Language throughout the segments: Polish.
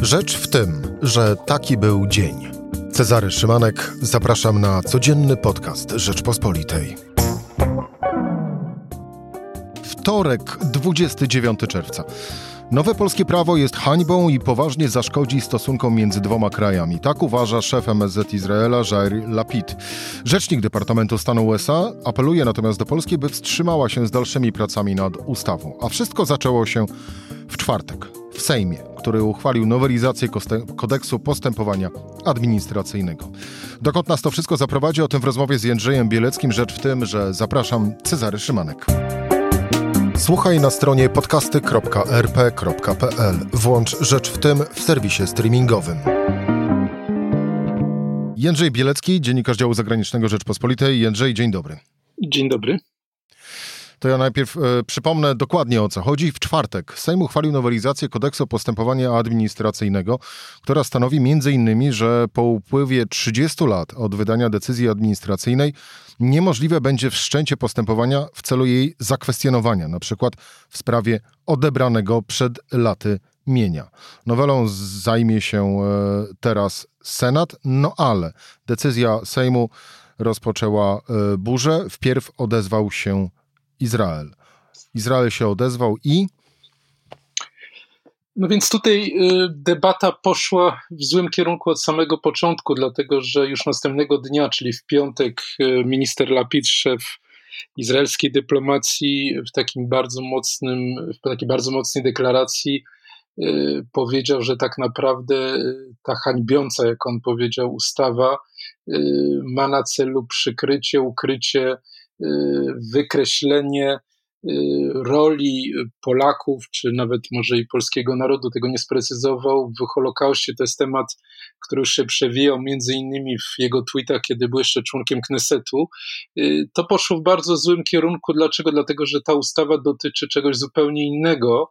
Rzecz w tym, że taki był dzień. Cezary Szymanek, zapraszam na codzienny podcast Rzeczpospolitej. Wtorek, 29 czerwca. Nowe polskie prawo jest hańbą i poważnie zaszkodzi stosunkom między dwoma krajami. Tak uważa szef MSZ Izraela Yair Lapid. Rzecznik Departamentu Stanu USA apeluje natomiast do Polski, by wstrzymała się z dalszymi pracami nad ustawą. A wszystko zaczęło się w czwartek w Sejmie, który uchwalił nowelizację kodeksu postępowania administracyjnego. Dokąd nas to wszystko zaprowadzi? O tym w rozmowie z Jędrzejem Bieleckim. Rzecz w tym, że zapraszam, Cezary Szymanek. Słuchaj na stronie podcasty.rp.pl. Włącz Rzecz w tym w serwisie streamingowym. Jędrzej Bielecki, dziennikarz działu zagranicznego Rzeczpospolitej. Jędrzej, dzień dobry. Dzień dobry. To ja najpierw przypomnę dokładnie, o co chodzi. W czwartek Sejm uchwalił nowelizację kodeksu postępowania administracyjnego, która stanowi m.in., że po upływie 30 lat od wydania decyzji administracyjnej niemożliwe będzie wszczęcie postępowania w celu jej zakwestionowania, na przykład w sprawie odebranego przed laty mienia. Nowelą zajmie się teraz Senat, no ale decyzja Sejmu rozpoczęła burzę. Wpierw odezwał się Izrael. Izrael się odezwał i... No więc tutaj debata poszła w złym kierunku od samego początku, dlatego że już następnego dnia, czyli w piątek, minister Lapid, szef izraelskiej dyplomacji, w takiej bardzo mocnej deklaracji powiedział, że tak naprawdę ta hańbiąca, jak on powiedział, ustawa ma na celu przykrycie, ukrycie, wykreślenie roli Polaków, czy nawet może i polskiego narodu, tego nie sprecyzował, w Holokauście. To jest temat, który już się przewijał między innymi w jego tweetach, kiedy był jeszcze członkiem Knesetu. To poszło w bardzo złym kierunku. Dlaczego? Dlatego, że ta ustawa dotyczy czegoś zupełnie innego.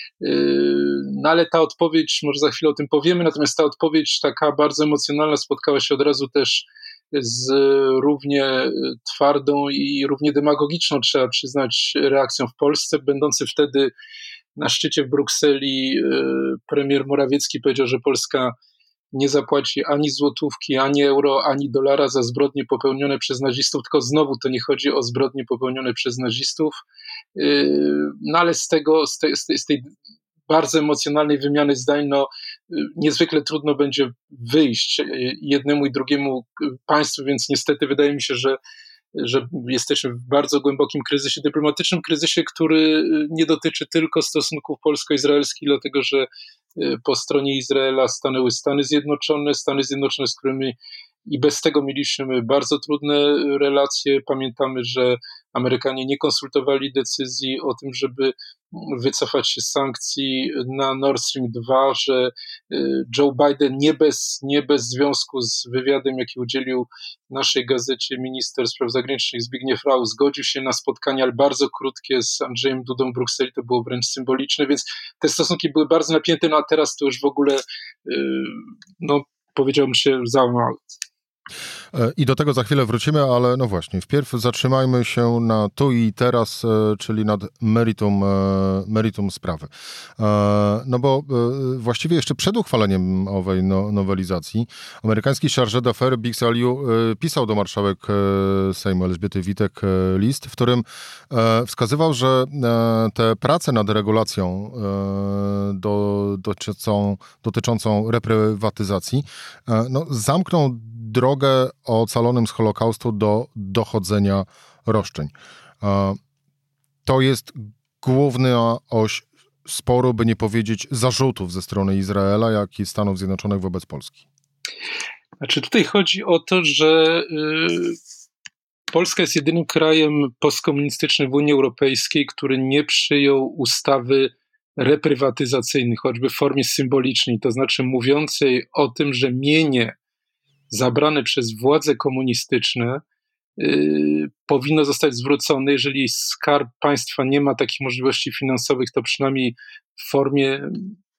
No ale ta odpowiedź, może za chwilę o tym powiemy, natomiast ta odpowiedź taka bardzo emocjonalna spotkała się od razu też z równie twardą i równie demagogiczną, trzeba przyznać, reakcją w Polsce. Będący wtedy na szczycie w Brukseli premier Morawiecki powiedział, że Polska nie zapłaci ani złotówki, ani euro, ani dolara za zbrodnie popełnione przez nazistów, tylko znowu to nie chodzi o zbrodnie popełnione przez nazistów. No ale z tej bardzo emocjonalnej wymiany zdań, niezwykle trudno będzie wyjść jednemu i drugiemu państwu, więc niestety wydaje mi się, że jesteśmy w bardzo głębokim kryzysie dyplomatycznym, kryzysie, który nie dotyczy tylko stosunków polsko-izraelskich, dlatego że po stronie Izraela stanęły Stany Zjednoczone, z którymi i bez tego mieliśmy bardzo trudne relacje. Pamiętamy, że Amerykanie nie konsultowali decyzji o tym, żeby wycofać się z sankcji na Nord Stream 2, że Joe Biden nie bez związku z wywiadem, jaki udzielił naszej gazecie minister spraw zagranicznych Zbigniew Rau, zgodził się na spotkanie, ale bardzo krótkie, z Andrzejem Dudą w Brukseli, to było wręcz symboliczne, więc te stosunki były bardzo napięte, a teraz to już w ogóle, powiedziałbym, się załamały. I do tego za chwilę wrócimy, ale no właśnie, wpierw zatrzymajmy się na tu i teraz, czyli nad meritum sprawy. No bo właściwie jeszcze przed uchwaleniem owej nowelizacji amerykański chargé d'affaires Big Saliu pisał do marszałek Sejmu Elżbiety Witek list, w którym wskazywał, że te prace nad regulacją dotyczącą reprywatyzacji zamkną drogę ocalonym z Holokaustu do dochodzenia roszczeń. To jest główna oś sporu, by nie powiedzieć zarzutów ze strony Izraela, jak i Stanów Zjednoczonych wobec Polski. Znaczy tutaj chodzi o to, że Polska jest jedynym krajem postkomunistycznym w Unii Europejskiej, który nie przyjął ustawy reprywatyzacyjnej, choćby w formie symbolicznej, to znaczy mówiącej o tym, że mienie zabrane przez władze komunistyczne powinno zostać zwrócone. Jeżeli Skarb Państwa nie ma takich możliwości finansowych, to przynajmniej w formie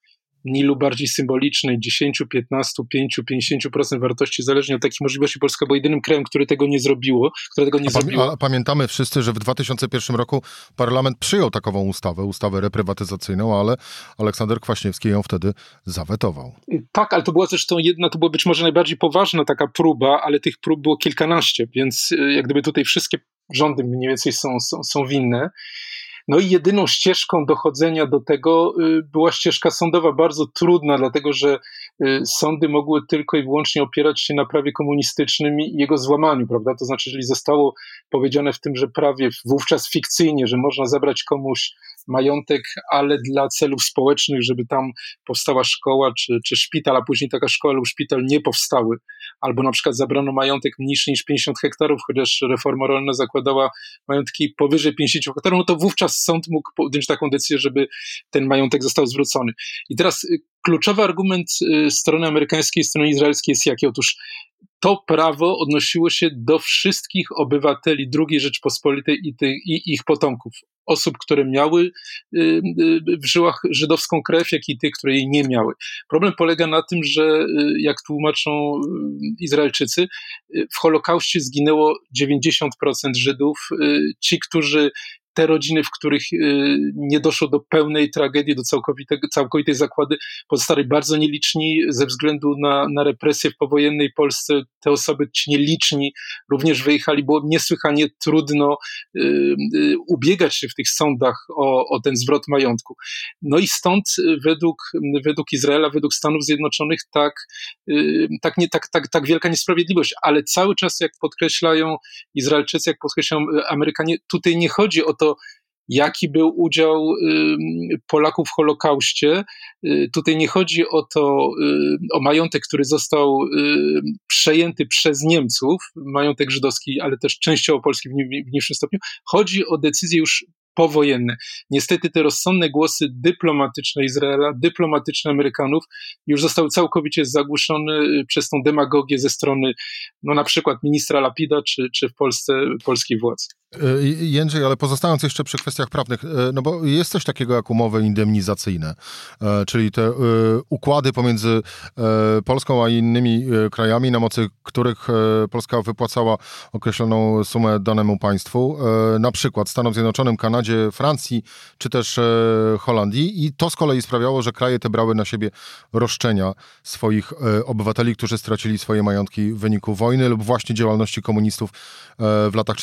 Nilu bardziej symbolicznej, 10, 15, 5, 50% wartości, zależnie od takich możliwości, Polska była jedynym krajem, które tego nie zrobiło. A pamiętamy wszyscy, że w 2001 roku parlament przyjął takową ustawę reprywatyzacyjną, ale Aleksander Kwaśniewski ją wtedy zawetował. Tak, ale to była zresztą to była być może najbardziej poważna taka próba, ale tych prób było kilkanaście, więc jak gdyby tutaj wszystkie rządy mniej więcej są winne. No i jedyną ścieżką dochodzenia do tego była ścieżka sądowa, bardzo trudna, dlatego że sądy mogły tylko i wyłącznie opierać się na prawie komunistycznym i jego złamaniu, prawda? To znaczy, jeżeli zostało powiedziane w tymże prawie wówczas fikcyjnie, że można zabrać komuś majątek, ale dla celów społecznych, żeby tam powstała szkoła czy szpital, a później taka szkoła lub szpital nie powstały, albo na przykład zabrano majątek mniejszy niż 50 hektarów, chociaż reforma rolna zakładała majątki powyżej 50 hektarów, no to wówczas sąd mógł podjąć taką decyzję, żeby ten majątek został zwrócony. I teraz kluczowy argument strony amerykańskiej i strony izraelskiej jest jaki? Otóż to prawo odnosiło się do wszystkich obywateli II Rzeczpospolitej i ich potomków. Osób, które miały w żyłach żydowską krew, jak i tych, które jej nie miały. Problem polega na tym, że jak tłumaczą Izraelczycy, w Holokauście zginęło 90% Żydów. Ci, którzy te rodziny, w których nie doszło do pełnej tragedii, do całkowitej zagłady, pozostali bardzo nieliczni ze względu na represje w powojennej Polsce. Te osoby, ci nieliczni, również wyjechali. Było niesłychanie trudno ubiegać się w tych sądach o ten zwrot majątku. No i stąd według Izraela, według Stanów Zjednoczonych tak wielka niesprawiedliwość. Ale cały czas, jak podkreślają Izraelczycy, jak podkreślają Amerykanie, tutaj nie chodzi o to, jaki był udział Polaków w Holokauście. Tutaj nie chodzi o majątek, który został przejęty przez Niemców, majątek żydowski, ale też częściowo polski w mniejszym stopniu. Chodzi o decyzje już powojenne. Niestety te rozsądne głosy dyplomatyczne Izraela, dyplomatyczne Amerykanów już zostały całkowicie zagłuszone przez tą demagogię ze strony na przykład ministra Lapida, czy w Polsce polskich władz. Jędrzej, ale pozostając jeszcze przy kwestiach prawnych, no bo jest coś takiego jak umowy indemnizacyjne, czyli te układy pomiędzy Polską a innymi krajami, na mocy których Polska wypłacała określoną sumę danemu państwu, na przykład Stanom Zjednoczonym, Kanadzie, Francji, czy też Holandii, i to z kolei sprawiało, że kraje te brały na siebie roszczenia swoich obywateli, którzy stracili swoje majątki w wyniku wojny lub właśnie działalności komunistów w latach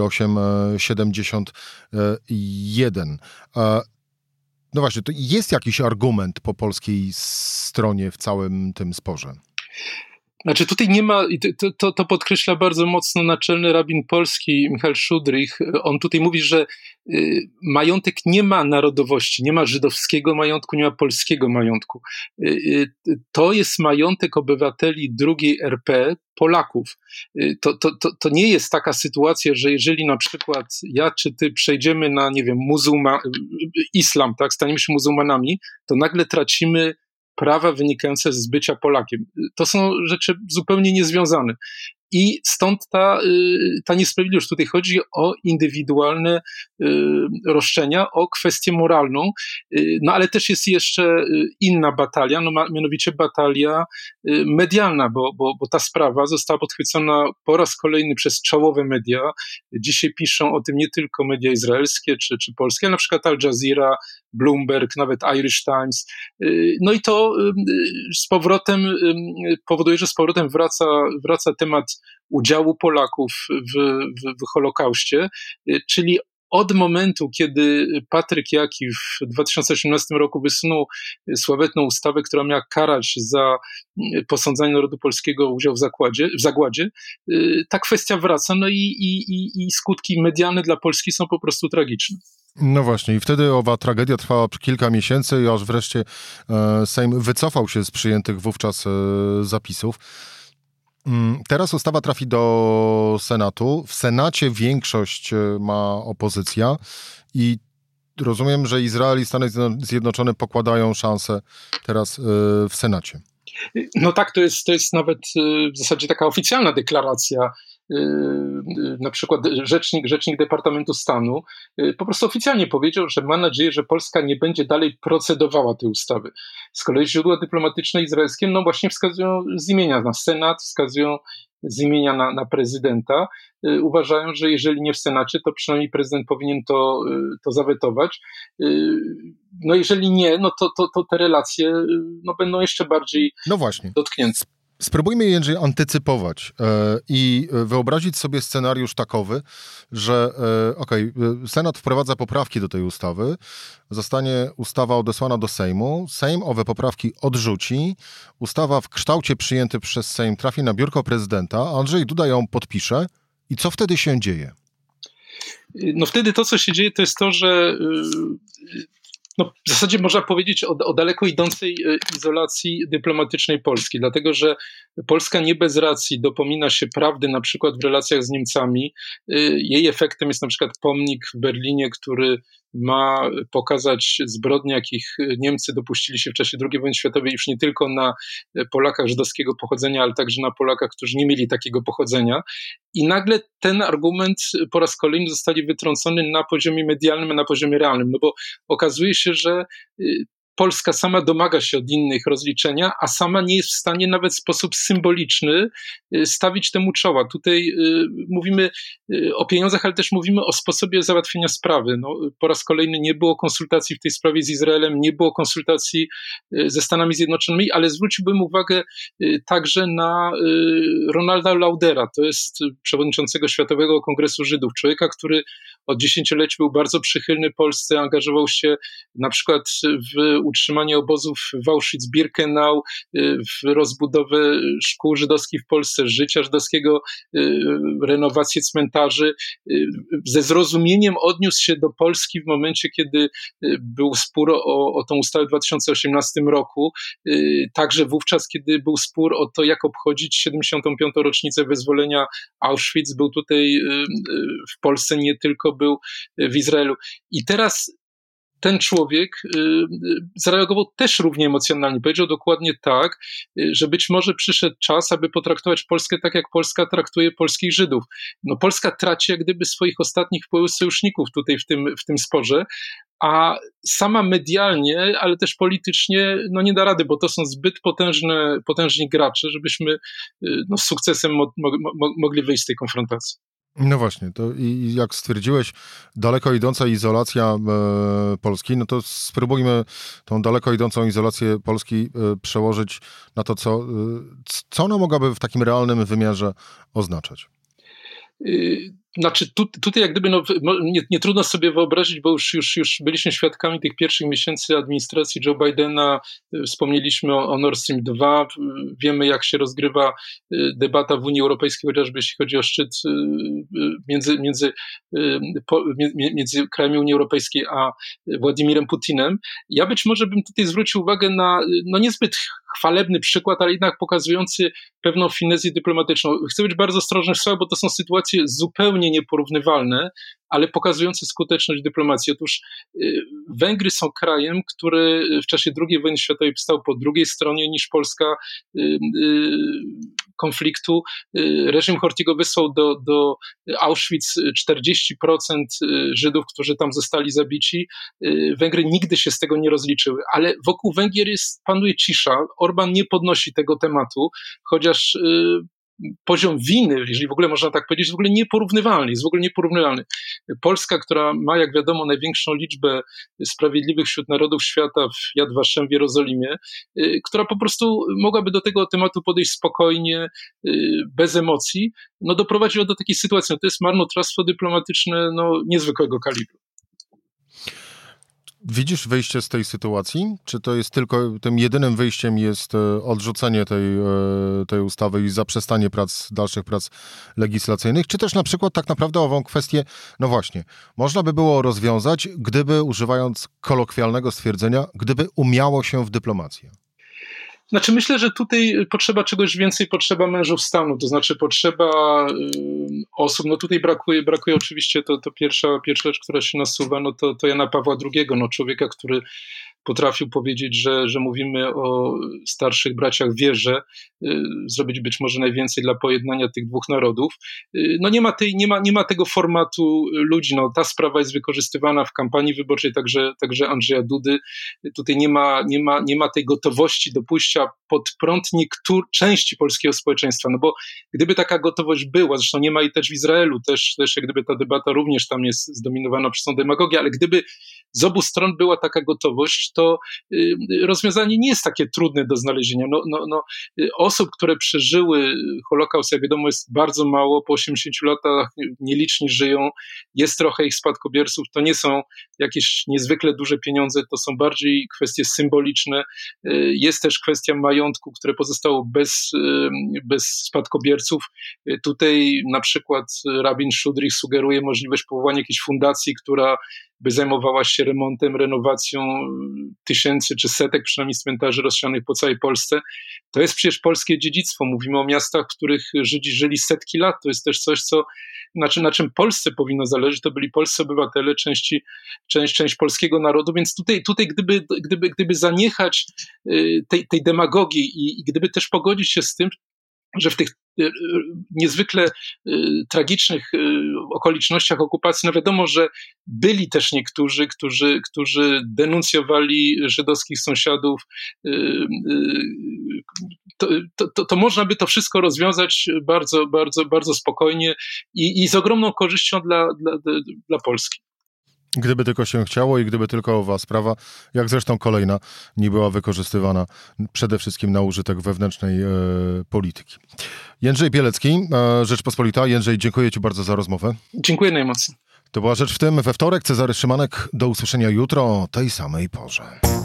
48-71. No właśnie, to jest jakiś argument po polskiej stronie w całym tym sporze? Znaczy tutaj nie ma, to podkreśla bardzo mocno naczelny rabin polski Michał Szudrych. On tutaj mówi, że majątek nie ma narodowości, nie ma żydowskiego majątku, nie ma polskiego majątku. To jest majątek obywateli II RP, Polaków. To nie jest taka sytuacja, że jeżeli na przykład ja czy ty przejdziemy na, nie wiem, islam, tak, staniemy się muzułmanami, to nagle tracimy prawa wynikające z bycia Polakiem. To są rzeczy zupełnie niezwiązane. I stąd ta niesprawiedliwość. Tutaj chodzi o indywidualne roszczenia, o kwestię moralną, no ale też jest jeszcze inna batalia, mianowicie batalia medialna, bo ta sprawa została podchwycona po raz kolejny przez czołowe media. Dzisiaj piszą o tym nie tylko media izraelskie czy polskie, ale na przykład Al Jazeera, Bloomberg, nawet Irish Times. No i to z powrotem powoduje, że z powrotem wraca temat udziału Polaków w Holokauście, czyli od momentu, kiedy Patryk Jaki w 2018 roku wysunął sławetną ustawę, która miała karać za posądzanie narodu polskiego o udział w zagładzie, ta kwestia wraca, no i skutki medialne dla Polski są po prostu tragiczne. No właśnie, i wtedy owa tragedia trwała kilka miesięcy i aż wreszcie Sejm wycofał się z przyjętych wówczas zapisów. Teraz ustawa trafi do Senatu. W Senacie większość ma opozycja i rozumiem, że Izrael i Stany Zjednoczone pokładają szansę teraz w Senacie. No tak, to jest nawet w zasadzie taka oficjalna deklaracja na przykład rzecznik Departamentu Stanu po prostu oficjalnie powiedział, że ma nadzieję, że Polska nie będzie dalej procedowała tej ustawy. Z kolei źródła dyplomatyczne izraelskie no właśnie wskazują z imienia na Senat, wskazują z imienia na prezydenta. Uważają, że jeżeli nie w Senacie, to przynajmniej prezydent powinien to zawetować. No jeżeli nie, no to te relacje no będą jeszcze bardziej dotknięte. Spróbujmy, Jędrzej, antycypować i wyobrazić sobie scenariusz takowy, że Senat wprowadza poprawki do tej ustawy, zostanie ustawa odesłana do Sejmu, Sejm owe poprawki odrzuci, ustawa w kształcie przyjęty przez Sejm trafi na biurko prezydenta, Andrzej Duda ją podpisze i co wtedy się dzieje? No wtedy to, co się dzieje, to jest to, że no, w zasadzie można powiedzieć o daleko idącej izolacji dyplomatycznej Polski, dlatego że Polska nie bez racji dopomina się prawdy na przykład w relacjach z Niemcami. Jej efektem jest na przykład pomnik w Berlinie, który ma pokazać zbrodnie, jakich Niemcy dopuścili się w czasie II wojny światowej, już nie tylko na Polakach żydowskiego pochodzenia, ale także na Polakach, którzy nie mieli takiego pochodzenia. I nagle ten argument po raz kolejny zostali wytrącony na poziomie medialnym, a na poziomie realnym, no bo okazuje się, że Polska sama domaga się od innych rozliczenia, a sama nie jest w stanie nawet w sposób symboliczny stawić temu czoła. Tutaj mówimy o pieniądzach, ale też mówimy o sposobie załatwienia sprawy. No, po raz kolejny nie było konsultacji w tej sprawie z Izraelem, nie było konsultacji ze Stanami Zjednoczonymi, ale zwróciłbym uwagę także na Ronalda Laudera, to jest przewodniczącego Światowego Kongresu Żydów, człowieka, który od dziesięcioleci był bardzo przychylny Polsce, angażował się na przykład w utrzymanie obozów w Auschwitz-Birkenau, w rozbudowę szkół żydowskich w Polsce, życia żydowskiego, renowację cmentarzy. Ze zrozumieniem odniósł się do Polski w momencie, kiedy był spór o tą ustawę w 2018 roku. Także wówczas, kiedy był spór o to, jak obchodzić 75. rocznicę wyzwolenia Auschwitz, był tutaj w Polsce, nie tylko był w Izraelu. I teraz ten człowiek zareagował też równie emocjonalnie. Powiedział dokładnie tak, że być może przyszedł czas, aby potraktować Polskę tak, jak Polska traktuje polskich Żydów. No, Polska traci jak gdyby swoich ostatnich wpływów sojuszników tutaj w tym sporze, a sama medialnie, ale też politycznie no nie da rady, bo to są zbyt potężni gracze, żebyśmy no, z sukcesem mogli wyjść z tej konfrontacji. No właśnie, to i jak stwierdziłeś, daleko idąca izolacja Polski, no to spróbujmy tą daleko idącą izolację Polski przełożyć na to, co ona mogłaby w takim realnym wymiarze oznaczać. Znaczy tutaj jak gdyby nie trudno sobie wyobrazić, bo już byliśmy świadkami tych pierwszych miesięcy administracji Joe Bidena, wspomnieliśmy o Nord Stream 2, wiemy jak się rozgrywa debata w Unii Europejskiej, chociażby jeśli chodzi o szczyt między krajami Unii Europejskiej a Władimirem Putinem. Ja być może bym tutaj zwrócił uwagę na niezbyt chwalebny przykład, ale jednak pokazujący pewną finezję dyplomatyczną. Chcę być bardzo ostrożny w słowach, bo to są sytuacje zupełnie nieporównywalne, ale pokazujące skuteczność dyplomacji. Otóż Węgry są krajem, który w czasie II wojny światowej stał po drugiej stronie niż Polska konfliktu. Reżim Horthyego wysłał do Auschwitz 40% Żydów, którzy tam zostali zabici. Węgry nigdy się z tego nie rozliczyły, ale wokół Węgier panuje cisza. Orbán nie podnosi tego tematu, chociaż poziom winy, jeżeli w ogóle można tak powiedzieć, jest w ogóle nieporównywalny. Polska, która ma, jak wiadomo, największą liczbę sprawiedliwych wśród narodów świata w Yad Vashem w Jerozolimie, która po prostu mogłaby do tego tematu podejść spokojnie, bez emocji, doprowadziła do takiej sytuacji. To jest marnotrawstwo dyplomatyczne niezwykłego kalibru. Widzisz wyjście z tej sytuacji? Czy to jest tylko, tym jedynym wyjściem jest odrzucenie tej ustawy i zaprzestanie dalszych prac legislacyjnych? Czy też na przykład tak naprawdę ową kwestię, można by było rozwiązać, gdyby, używając kolokwialnego stwierdzenia, gdyby umiało się w dyplomację? Znaczy myślę, że tutaj potrzeba czegoś więcej, potrzeba mężów stanu, to znaczy potrzeba osób, tutaj brakuje oczywiście to pierwsza rzecz, która się nasuwa, to Jana Pawła II, człowieka, który potrafił powiedzieć, że mówimy o starszych braciach w wierze, zrobić być może najwięcej dla pojednania tych dwóch narodów. No nie ma tego formatu ludzi. No, ta sprawa jest wykorzystywana w kampanii wyborczej także Andrzeja Dudy. Tutaj nie ma tej gotowości do pójścia pod prąd części polskiego społeczeństwa, no bo gdyby taka gotowość była, zresztą nie ma jej też w Izraelu, też jak gdyby ta debata również tam jest zdominowana przez tą demagogię, ale gdyby z obu stron była taka gotowość, to rozwiązanie nie jest takie trudne do znalezienia. Osób, które przeżyły Holokaust, jak wiadomo, jest bardzo mało, po 80 latach nieliczni żyją, jest trochę ich spadkobierców, to nie są jakieś niezwykle duże pieniądze, to są bardziej kwestie symboliczne, jest też kwestia majątku, które pozostało bez spadkobierców. Tutaj na przykład rabin Szudrich sugeruje możliwość powołania jakiejś fundacji, która by zajmowała się remontem, renowacją tysięcy czy setek przynajmniej cmentarzy rozsianych po całej Polsce. To jest przecież polskie dziedzictwo. Mówimy o miastach, w których Żydzi żyli setki lat. To jest też coś, na czym Polsce powinno zależeć. To byli polscy obywatele, część polskiego narodu, więc tutaj gdyby zaniechać tej demagogii i gdyby też pogodzić się z tym, że w tych niezwykle tragicznych okolicznościach okupacji, no wiadomo, że byli też niektórzy, którzy denuncjowali żydowskich sąsiadów, to można by to wszystko rozwiązać bardzo, bardzo, bardzo spokojnie i z ogromną korzyścią dla Polski. Gdyby tylko się chciało i gdyby tylko owa sprawa, jak zresztą kolejna, nie była wykorzystywana przede wszystkim na użytek wewnętrznej polityki. Jędrzej Bielecki, Rzeczpospolita. Jędrzej, dziękuję Ci bardzo za rozmowę. Dziękuję najmocniej. To była Rzecz w tym we wtorek. Cezary Szymanek. Do usłyszenia jutro o tej samej porze.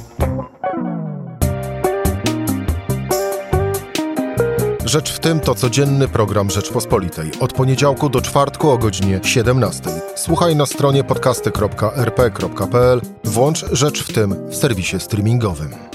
Rzecz w tym to codzienny program Rzeczpospolitej. Od poniedziałku do czwartku o godzinie 17. Słuchaj na stronie podcasty.rp.pl. Włącz Rzecz w tym w serwisie streamingowym.